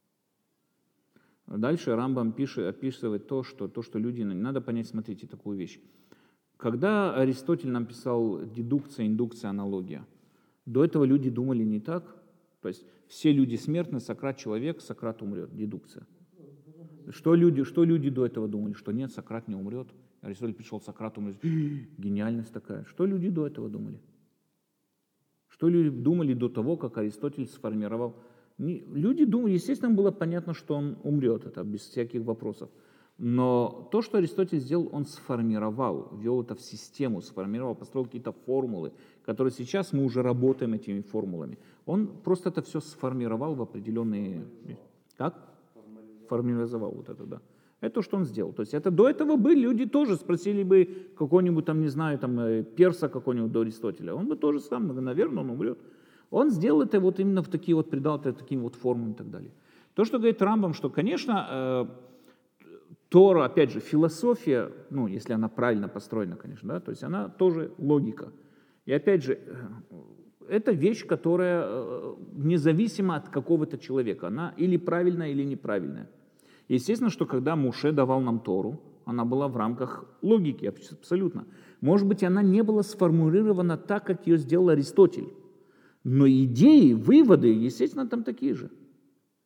Дальше Рамбам описывает то, что люди... Надо понять, смотрите, такую вещь. Когда Аристотель нам писал дедукция, индукция, аналогия, до этого люди думали не так. То есть все люди смертны, Сократ человек, Сократ умрет. Дедукция. Что люди до этого думали? Что нет, Сократ не умрет. Аристотель пришел, Сократ умрет. Гениальность такая. Что люди до этого думали? Что люди думали до того, как Аристотель сформировал? Люди думали, естественно, было понятно, что он умрет, это без всяких вопросов. Но то, что Аристотель сделал, он сформировал, ввел это в систему, сформировал, построил какие-то формулы, которые сейчас мы уже работаем этими формулами. Он просто это все сформировал в определенные... Как? Формализовал вот это, да. Это то, что он сделал. То есть это до этого бы люди тоже спросили бы какого-нибудь, там, не знаю, там, перса какого-нибудь до Аристотеля. Он бы тоже сам, наверное, он умрет. Он сделал это вот именно в такие вот, придал это таким вот формам и так далее. То, что говорит Рамбам, что, конечно, Тора, опять же, философия, ну, если она правильно построена, конечно, да, то есть она тоже логика. И опять же, это вещь, которая независима от какого-то человека. Она или правильная, или неправильная. Естественно, что когда Муше давал нам Тору, она была в рамках логики, абсолютно. Может быть, она не была сформулирована так, как ее сделал Аристотель. Но идеи, выводы, естественно, там такие же.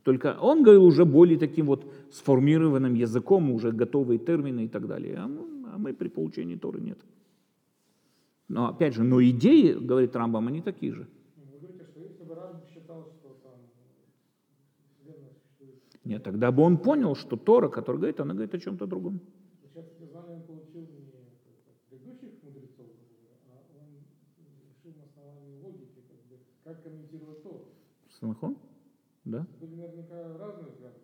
Только он говорил уже более таким вот сформированным языком, уже готовые термины и так далее. А мы при получении Торы нет. Но опять же, но идеи, говорит Рамбам, они такие же. Вы говорите, что если бы Рамбам считал, что там Вселенная существует... Нет, тогда бы он понял, что Тора, которая говорит, она говорит о чем-то другом. Сейчас это знание он получил не от предыдущих мудрецов, а он решил на основании логики, как комментировать Тору. Слыхон? Да. Были наверняка разные взгляды,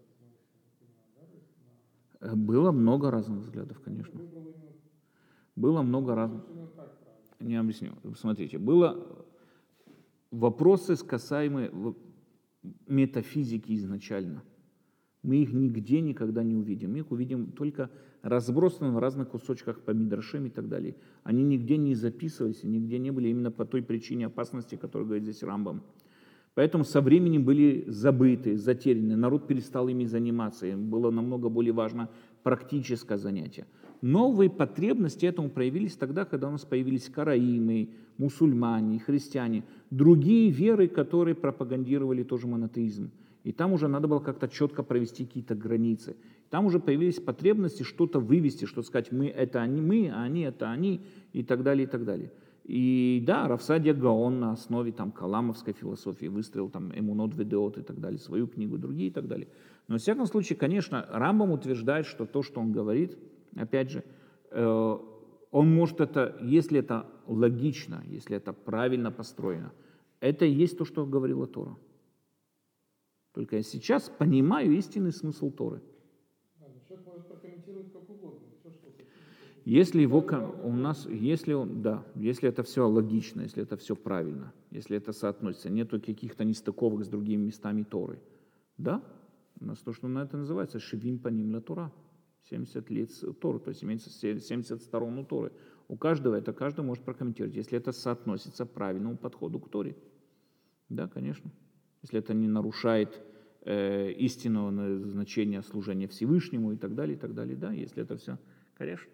да? Было много разных взглядов, конечно. Выбрал именно Было много разных. именно так правильно. Не объясню. Смотрите, было вопросы, касаемые метафизики изначально. Мы их нигде никогда не увидим. Мы их увидим только разбросанными в разных кусочках по мидрашим и так далее. Они нигде не записывались, нигде не были именно по той причине опасности, которую говорит здесь Рамбам. Поэтому со временем были забыты, затеряны, народ перестал ими заниматься, им было намного более важно практическое занятие. Новые потребности этому проявились тогда, когда у нас появились караимы, мусульмане, христиане, другие веры, которые пропагандировали тоже монотеизм. И там уже надо было как-то четко провести какие-то границы. Там уже появились потребности что-то вывести, что сказать, мы это они, мы, а они это они, и так далее, и так далее. И да, Рав Садия Гаон на основе там каламовской философии выстроил там Эмунот Ведеот и так далее, свою книгу, другие и так далее. Но в всяком случае, конечно, Рамбам утверждает, что то, что он говорит, опять же, он может это, если это логично, если это правильно построено, это и есть то, что говорила Тора. Только я сейчас понимаю истинный смысл Торы. Человек может прокомментировать как угодно. Все, что Если его у нас, если это все логично, если это все правильно, если это соотносится, нету каких-то нестыковок с другими местами Торы, да, у нас то, что на это называется шивим паним ла Тора, 70 лиц Торы, то есть имеется 70 сторон у Торы. У каждого это каждый может прокомментировать, если это соотносится правильному подходу к Торе. Да, конечно. Если это не нарушает истинного значения служения Всевышнему и так далее, да, если это все, конечно.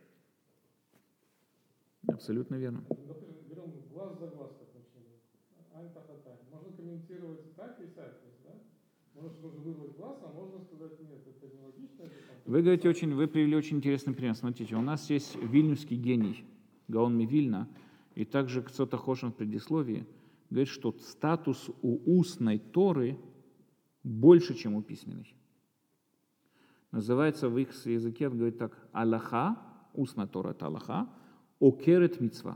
Абсолютно верно. Например, берем глаз за глаз, как начали. Ань-та-та-та. Можно комментировать так и так, да? Можно вырвать глаз, а можно сказать, нет, это нелогично. Вы привели очень интересный пример. Смотрите, у нас есть вильнюсский гений Гаон Мивильна, и также Кцота Хошин в предисловии говорит, что статус у устной Торы больше, чем у письменной. Называется в их языке, он говорит так, Аллаха, устная Тора это Аллаха, окерет мицва.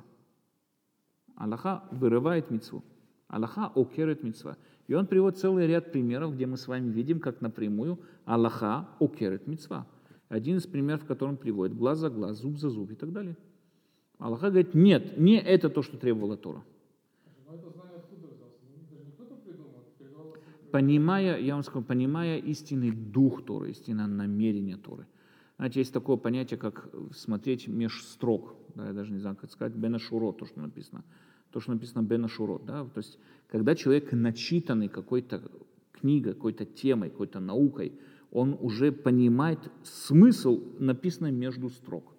Аллаха вырывает мицву. Аллаха окерет мицва. И он приводит целый ряд примеров, где мы с вами видим, как напрямую Аллаха окерет мицва. Один из примеров, в котором приводит глаз за глаз, зуб за зуб и так далее. Аллаха говорит, нет, не это то, что требовала Тора. Но это знание откуда взялось? Это же не кто-то придумал, это передавалось... Понимая истинный дух Торы, истинное намерение Торы. Знаете, есть такое понятие, как смотреть меж строк. Да, я даже не знаю, как сказать, бен ашурот, то, что написано бен ашурот. Да? То есть, когда человек начитанный какой-то книгой, какой-то темой, какой-то наукой, он уже понимает смысл, написанный между строк.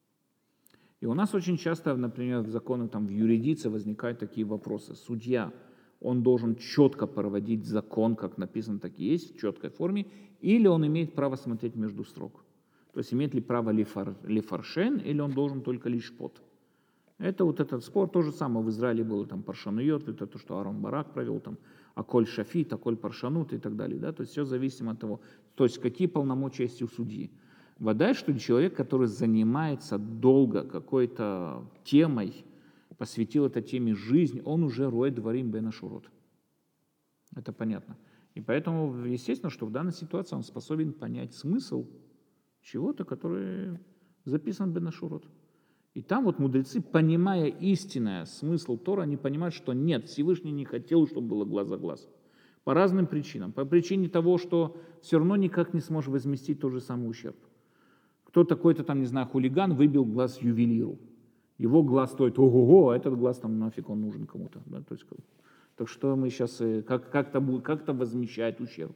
И у нас очень часто, например, в законах, там, в юридиции возникают такие вопросы. Судья, он должен четко проводить закон, как написано, так и есть, в четкой форме, или он имеет право смотреть между строк. То есть имеет ли право лефаршен, или он должен только лишь под. Это вот этот спор, то же самое в Израиле было, там, паршануйот, это то, что Аарон Барак провел, там, аколь шафит, аколь паршанут и так далее, да, то есть все зависимо от того, то есть какие полномочия есть у судьи. Вода, что человек, который занимается долго какой-то темой, посвятил этой теме жизнь, он уже роет дворим бен ашурот. Это понятно. И поэтому, естественно, что в данной ситуации он способен понять смысл чего-то, который записан бен ашурот. И там вот мудрецы, понимая истинный смысл Тора, они понимают, что нет, Всевышний не хотел, чтобы было глаз за глаз. По разным причинам. По причине того, что все равно никак не сможешь возместить тот же самый ущерб. Кто такой-то там, не знаю, хулиган выбил глаз ювелиру. Его глаз стоит ого-го, а этот глаз там нафиг он нужен кому-то. Да? То есть, так что мы сейчас как-то возмещать ущерб.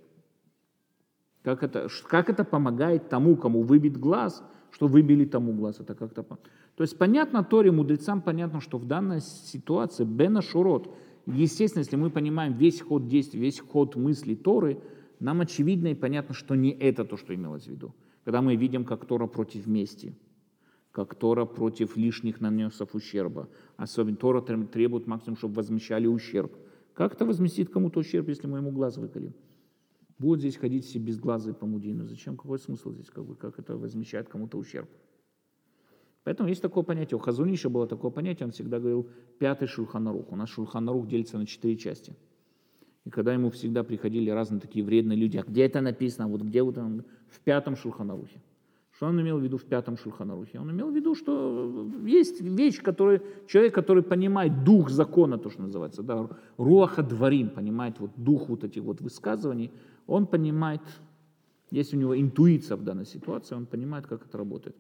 Как это помогает тому, кому выбит глаз, что выбили тому глаз. Это как-то... То есть понятно Торе, мудрецам понятно, что в данной ситуации бен ашурот, естественно, если мы понимаем весь ход действий, весь ход мысли Торы, нам очевидно и понятно, что не это то, что имелось в виду. Когда мы видим, как Тора против мести, как Тора против лишних нанесов ущерба. Особенно Тора требует максимум, чтобы возмещали ущерб. Как это возместит кому-то ущерб, если мы ему глаз выколем? Будут здесь ходить все безглазые по Мудину. Зачем? Какой смысл здесь? Как это возмещает кому-то ущерб? Поэтому есть такое понятие. У Хазуниша было такое понятие, он всегда говорил 5-й Шульхан Арух. У нас Шульхан Арух делится на 4 части. И когда ему всегда приходили разные такие вредные люди, а где это написано, вот где вот он, в 5-м Шульхан Арухе. Что он имел в виду в 5-м Шульхан Арухе? Он имел в виду, что есть вещь, человек, который понимает дух закона, то, что называется, да, руаха дворим, понимает вот дух вот этих вот высказываний, он понимает, есть у него интуиция в данной ситуации, он понимает, как это работает.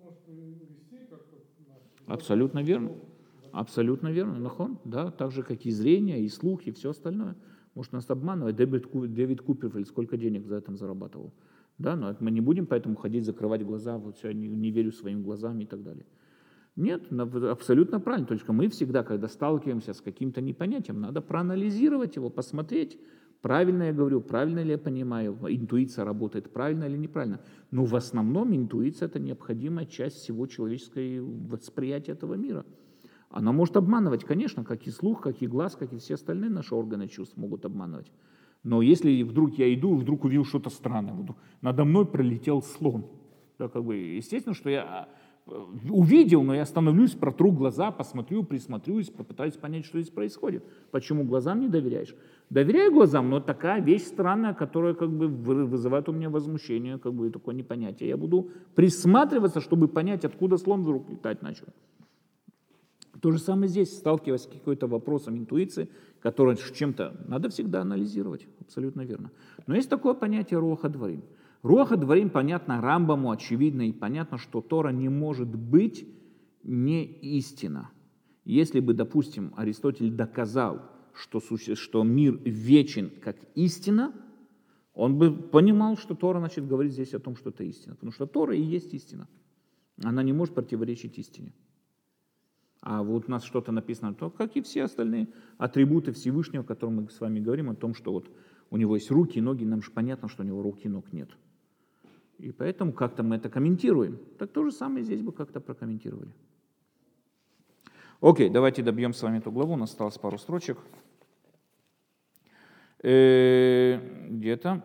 Абсолютно верно. Абсолютно верно. Нахон, да, так же, как и зрение, и слух, и все остальное. Может нас обманывать. Дэвид Куперфельд сколько денег за это зарабатывал. Да, но мы не будем поэтому ходить, закрывать глаза, вот все, не верю своим глазам и так далее. Нет, абсолютно правильно. Только мы всегда, когда сталкиваемся с каким-то непонятием, надо проанализировать его, посмотреть, правильно я говорю, правильно ли я понимаю, интуиция работает правильно или неправильно. Но в основном интуиция – это необходимая часть всего человеческого восприятия этого мира. Она может обманывать, конечно, как и слух, как и глаз, как и все остальные наши органы чувств могут обманывать. Но если вдруг я иду, вдруг увидел что-то странное, вот надо мной пролетел слон, да, как бы, естественно, что я увидел, но я остановлюсь, протру глаза, посмотрю, присмотрюсь, попытаюсь понять, что здесь происходит. Почему глазам не доверяешь? Доверяю глазам, но такая вещь странная, которая как бы вызывает у меня возмущение, как бы такое непонятие. Я буду присматриваться, чтобы понять, откуда слон вдруг летать начал. То же самое здесь, сталкиваясь с каким-то вопросом интуиции, который чем-то надо всегда анализировать, абсолютно верно. Но есть такое понятие руаха дворим. Руаха дворим понятно Рамбаму, очевидно и понятно, что Тора не может быть не истина. Если бы, допустим, Аристотель доказал, что мир вечен как истина, он бы понимал, что Тора, значит, говорит здесь о том, что это истина. Потому что Тора и есть истина. Она не может противоречить истине. А вот у нас что-то написано, то, как и все остальные атрибуты Всевышнего, о котором мы с вами говорим, о том, что вот у него есть руки и ноги, нам же понятно, что у него рук и ног нет. И поэтому как-то мы это комментируем. Так то же самое здесь бы как-то прокомментировали. Окей, давайте добьем с вами эту главу, у нас осталось пару строчек. Где-то.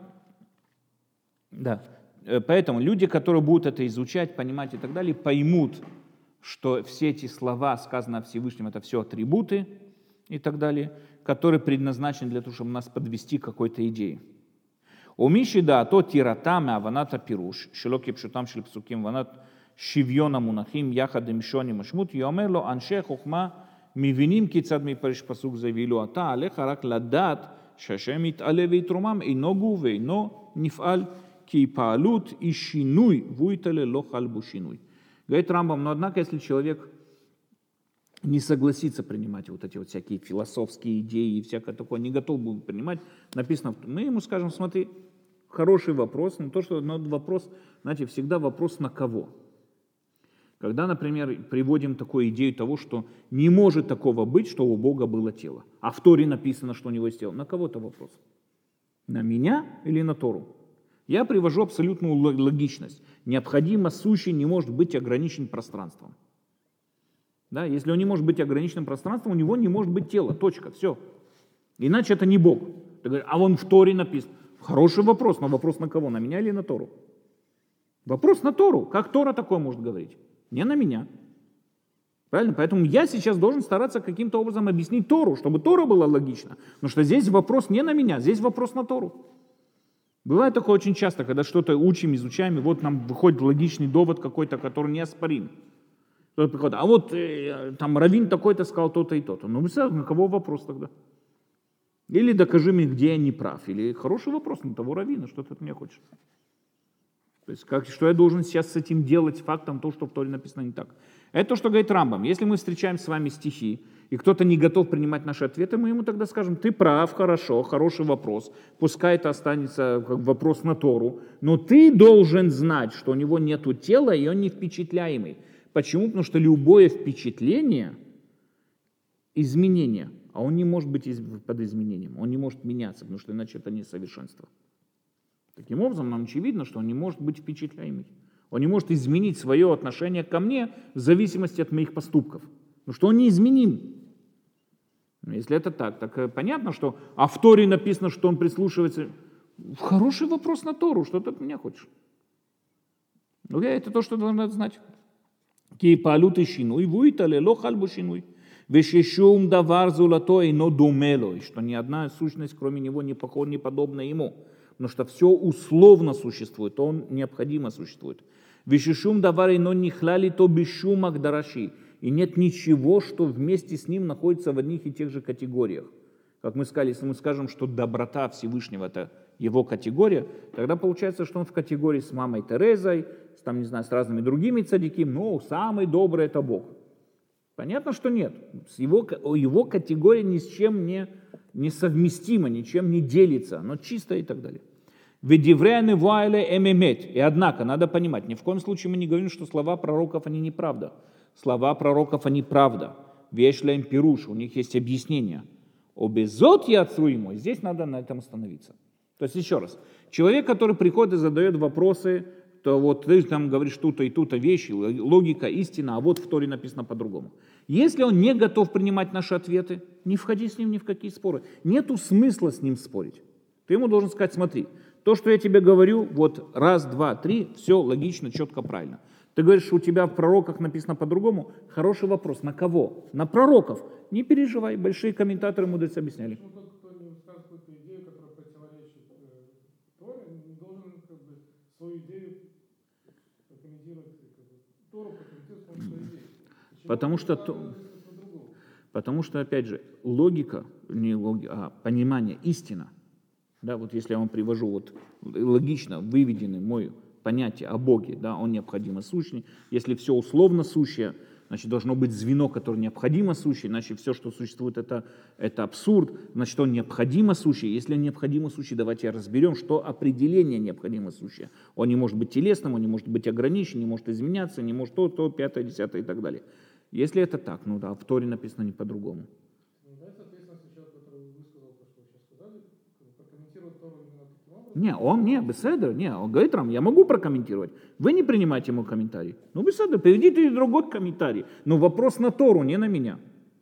Да. Поэтому люди, которые будут это изучать, понимать и так далее, поймут, что все эти слова, сказанные о Всевышнем, это все атрибуты и так далее, которые предназначены для того, чтобы нас подвести к какой-то идее. Умиши да, то тиратам, аваната пируш, шелоки пшутам шел псуким, ванат шивьона мунахим, яхадым шони машмут, йомерло анше хохма, мивиним кицад ми париш пасук завилу, ата алеха рак ладат, шашем итале вейтрумам, ино вейно нифаль, ки паалут и шинуй, вуйтале лохальбу шинуй. Говорит Рамбам, но однако, если человек не согласится принимать вот эти вот всякие философские идеи и всякое такое, не готов будет принимать, написано, мы ему скажем, смотри, хороший вопрос, но то, что вопрос, знаете, всегда вопрос на кого. Когда, например, приводим такую идею того, что не может такого быть, что у Бога было тело, а в Торе написано, что у него есть тело, на кого-то вопрос? На меня или на Тору? Я привожу абсолютную логичность. Необходимо сущий не может быть ограничен пространством. Да, если он не может быть ограниченным пространством, у него не может быть тела. Точка. Все. Иначе это не Бог. Ты говоришь, а вон в Торе написано. Хороший вопрос, но вопрос на кого? На меня или на Тору? Вопрос на Тору. Как Тора такое может говорить? Не на меня. Правильно? Поэтому я сейчас должен стараться каким-то образом объяснить Тору, чтобы Тора была логична. Потому что здесь вопрос не на меня, здесь вопрос на Тору. Бывает такое очень часто, когда что-то учим, изучаем, и вот нам выходит логичный довод какой-то, который неоспорим. Кто-то приходит, а вот там раввин такой-то сказал то-то и то-то. Ну, на кого вопрос тогда? Или докажи мне, где я не прав. Или хороший вопрос на того раввина, что ты от меня хочешь. То есть, что я должен сейчас с этим делать, фактом то, что в Торе написано не так. Это то, что говорит Рамбам. Если мы встречаем с вами стихи, и кто-то не готов принимать наши ответы, мы ему тогда скажем, ты прав, хорошо, хороший вопрос, пускай это останется как вопрос на Тору, но ты должен знать, что у него нет тела, и он не впечатляемый. Почему? Потому что любое впечатление – изменение, а он не может быть под изменением, он не может меняться, потому что иначе это несовершенство. Таким образом, нам очевидно, что он не может быть впечатляемый. Он не может изменить свое отношение ко мне в зависимости от моих поступков. Потому что он неизменим. Если это так понятно, что в Торе написано, что он прислушивается. Хороший вопрос на Тору, что ты от меня хочешь? Это то, что надо знать. כי פעלות היא שינוי, והוא יתעלה, לא חל בו שינוי. וששום דבר זולתו אינו דומה לו, что ни одна сущность, кроме него, не подобна ему. Потому что все условно существует, он необходимо существует. וששום דבר אינו נכלל איתו בשום הגדרה שהיא. И нет ничего, что вместе с ним находится в одних и тех же категориях. Как мы сказали, если мы скажем, что доброта Всевышнего – это его категория, тогда получается, что он в категории с мамой Терезой, с разными другими цадиким, но самый добрый – это Бог. Понятно, что нет. Его категория ни с чем не совместима, ничем не делится, но чисто и так далее. И однако, надо понимать, ни в коем случае мы не говорим, что слова пророков, они неправда. Слова пророков, они правда. Вешлаем пируш, у них есть объяснение. Обезот я отцу ему. Здесь надо на этом остановиться. То есть еще раз, человек, который приходит и задает вопросы, то вот ты там говоришь тут-то и тут-то вещи, логика, истина, а вот в Торе написано по-другому. Если он не готов принимать наши ответы, не входи с ним ни в какие споры. Нету смысла с ним спорить. Ты ему должен сказать, смотри, то, что я тебе говорю, вот раз, два, три, все логично, четко, правильно. Ты говоришь, что у тебя в пророках написано по-другому. Хороший вопрос. На кого? На пророков. Не переживай. Большие комментаторы, мудрецы объясняли. Почему тот, кто не высказывает какую-то идею, которая противоречит Торе, не должен свою идею прокомментировать, Тору прокомментировать свою идею? Потому что, опять же, логика, не логика, а понимание, истина. Да, вот если я вам привожу вот логично выведенный мой понятие о Боге, да, он необходимо сущий. Если все условно сущее, значит, должно быть звено, которое необходимо сущее, иначе все, что существует, это абсурд, значит, он необходимо сущий. Если он необходимо сущий, давайте разберем, что определение необходимо сущее. Он не может быть телесным, он не может быть ограничен, не может изменяться, не может то, пятое, десятое и так далее. Если это так, ну да, в Торе написано не по-другому. Он говорит, я могу прокомментировать. Вы не принимаете мой комментарий. Беседа, приведите другой комментарий. Но вопрос на Тору, не на меня.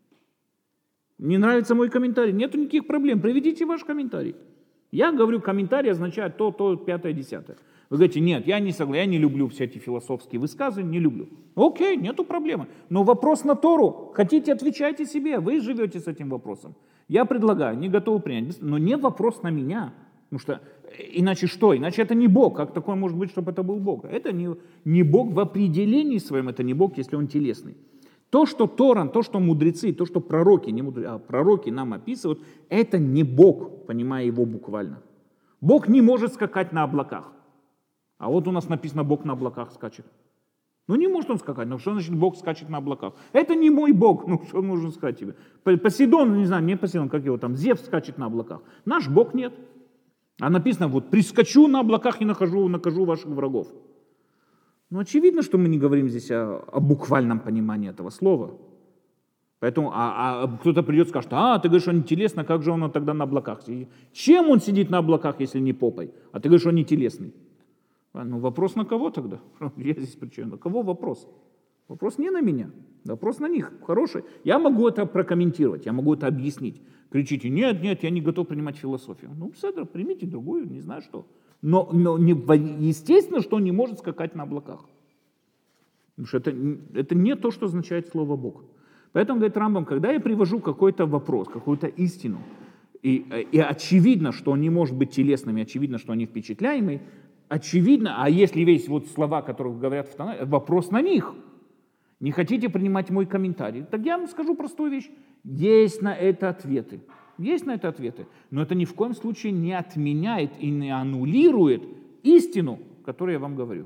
Не нравится мой комментарий, нету никаких проблем, приведите ваш комментарий. Я говорю, комментарий означает то, пятое, десятое. Вы говорите, нет, я не согласен, я не люблю все эти философские высказывания, не люблю. Окей, нету проблемы. Но вопрос на Тору, хотите, отвечайте себе, вы живете с этим вопросом. Я предлагаю, не готовы принять, но не вопрос на меня. Потому что иначе что? Иначе это не Бог. Как такое может быть, чтобы это был Бог? Это не Бог в определении своем, это не Бог, если он телесный. То, что Торан, то, что мудрецы, то, что пророки, пророки нам описывают, это не Бог, понимая его буквально. Бог не может скакать на облаках. А вот у нас написано, Бог на облаках скачет. Не может он скакать. Что значит Бог скачет на облаках? Это не мой Бог. Что нужно сказать тебе? Посейдон, не знаю, не Посейдон, как его там, Зевс скачет на облаках. Наш Бог нет. А написано, прискочу на облаках и накажу ваших врагов. Очевидно, что мы не говорим здесь о буквальном понимании этого слова. Поэтому кто-то придет и скажет, ты говоришь, он не телесный, как же он тогда на облаках сидит? Чем он сидит на облаках, если не попой? А ты говоришь, он не телесный. Вопрос на кого тогда? Я здесь при чем? На кого вопрос? Вопрос не на меня, вопрос на них. Хороший. Я могу это прокомментировать, я могу это объяснить. Кричите, нет, я не готов принимать философию. Седр, примите другую, не знаю что. Но естественно, что он не может скакать на облаках. Потому что это не то, что означает слово Бог. Поэтому, говорит Рамбам, когда я привожу какой-то вопрос, какую-то истину, и очевидно, что он не может быть телесным, и очевидно, что он не впечатляемый, очевидно, а если есть слова, которые говорят в Танахе, вопрос на них. Не хотите принимать мой комментарий? Так я вам скажу простую вещь. Есть на это ответы. Есть на это ответы. Но это ни в коем случае не отменяет и не аннулирует истину, которую я вам говорю.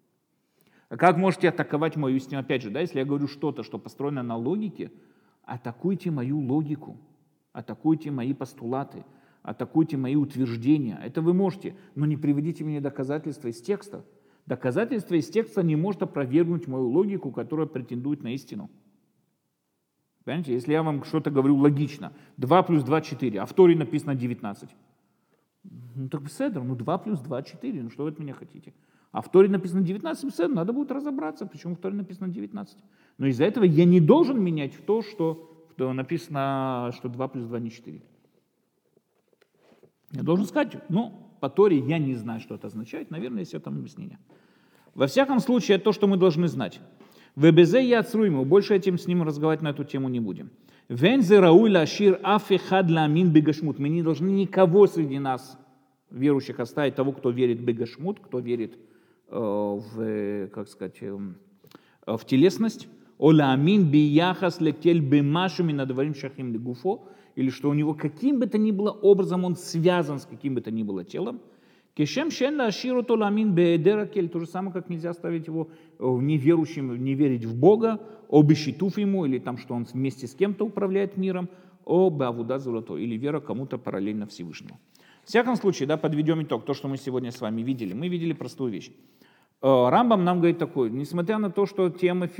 А как можете атаковать мою истину? Опять же, если я говорю что-то, что построено на логике, атакуйте мою логику, атакуйте мои постулаты, атакуйте мои утверждения. Это вы можете, но не приведите мне доказательства из текста. Доказательство из текста не может опровергнуть мою логику, которая претендует на истину. Понимаете, если я вам что-то говорю логично, 2 плюс 2 – 4, а в Торе написано 19. Ну так беседер, 2 плюс 2 – 4, ну что вы от меня хотите? А в Торе написано 19 беседер, надо будет разобраться, почему в Торе написано 19. Но из-за этого я не должен менять в то, что написано, что 2 плюс 2 не 4. Я должен сказать, по Торе я не знаю, что это означает, наверное, есть там объяснение. Во всяком случае, это то, что мы должны знать. В БЗ я отсруем, больше этим с ним разговаривать на эту тему не будем. Вензе рауй лашир афихад ламин бегашмут. Мы не должны никого среди нас, верующих, оставить, того, кто верит в бегашмут, кто верит в телесность. Ола амин бияхас лектель бемашами надварим шахим легуфо. Или что у него каким бы то ни было образом он связан с каким бы то ни было телом. Кешем шен лаширу то ламин беэдеракель. То же самое, как нельзя оставить его неверующим, не верить в Бога, обещитув ему, или там, что он вместе с кем-то управляет миром, бавуда золото, или вера кому-то параллельно Всевышнему. В всяком случае, подведем итог, то, что мы сегодня с вами видели. Мы видели простую вещь. Рамбам нам говорит такое, несмотря на то, что темы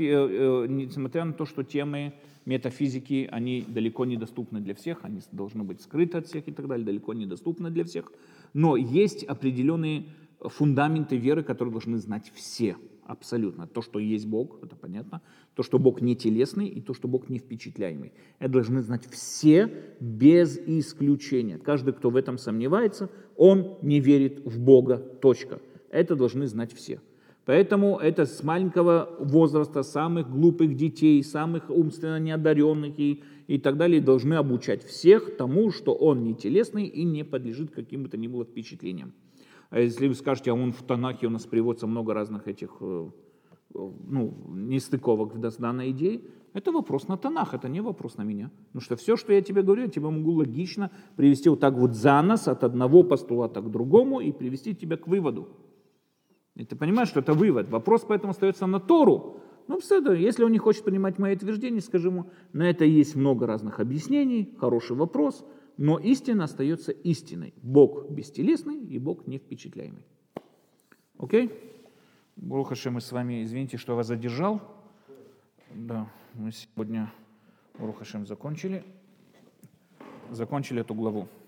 метафизики, они далеко недоступны для всех, они должны быть скрыты от всех и так далее, далеко недоступны для всех, но есть определенные фундаменты веры, которые должны знать все, абсолютно. То, что есть Бог, это понятно, то, что Бог не телесный, и то, что Бог не впечатляемый. Это должны знать все без исключения. Каждый, кто в этом сомневается, он не верит в Бога, точка. Это должны знать все. Поэтому это с маленького возраста, самых глупых детей, самых умственно неодаренных и так далее, должны обучать всех тому, что он не телесный и не подлежит каким бы то ни было впечатлениям. А если вы скажете, он в Танахе, у нас приводится много разных этих нестыковок в данной идее, это вопрос на Танах, это не вопрос на меня. Потому что все, что я тебе говорю, я тебе могу логично привести вот так вот за нос от одного постулата к другому и привести тебя к выводу. И ты понимаешь, что это вывод. Вопрос поэтому остается на Тору. Если он не хочет принимать мои утверждения, скажи ему, на это есть много разных объяснений, хороший вопрос, но истина остается истиной. Бог бестелесный и Бог не впечатляемый. Окей? Барух Ашем, мы с вами, извините, что вас задержал. Да, мы сегодня, Барух Ашем, закончили эту главу.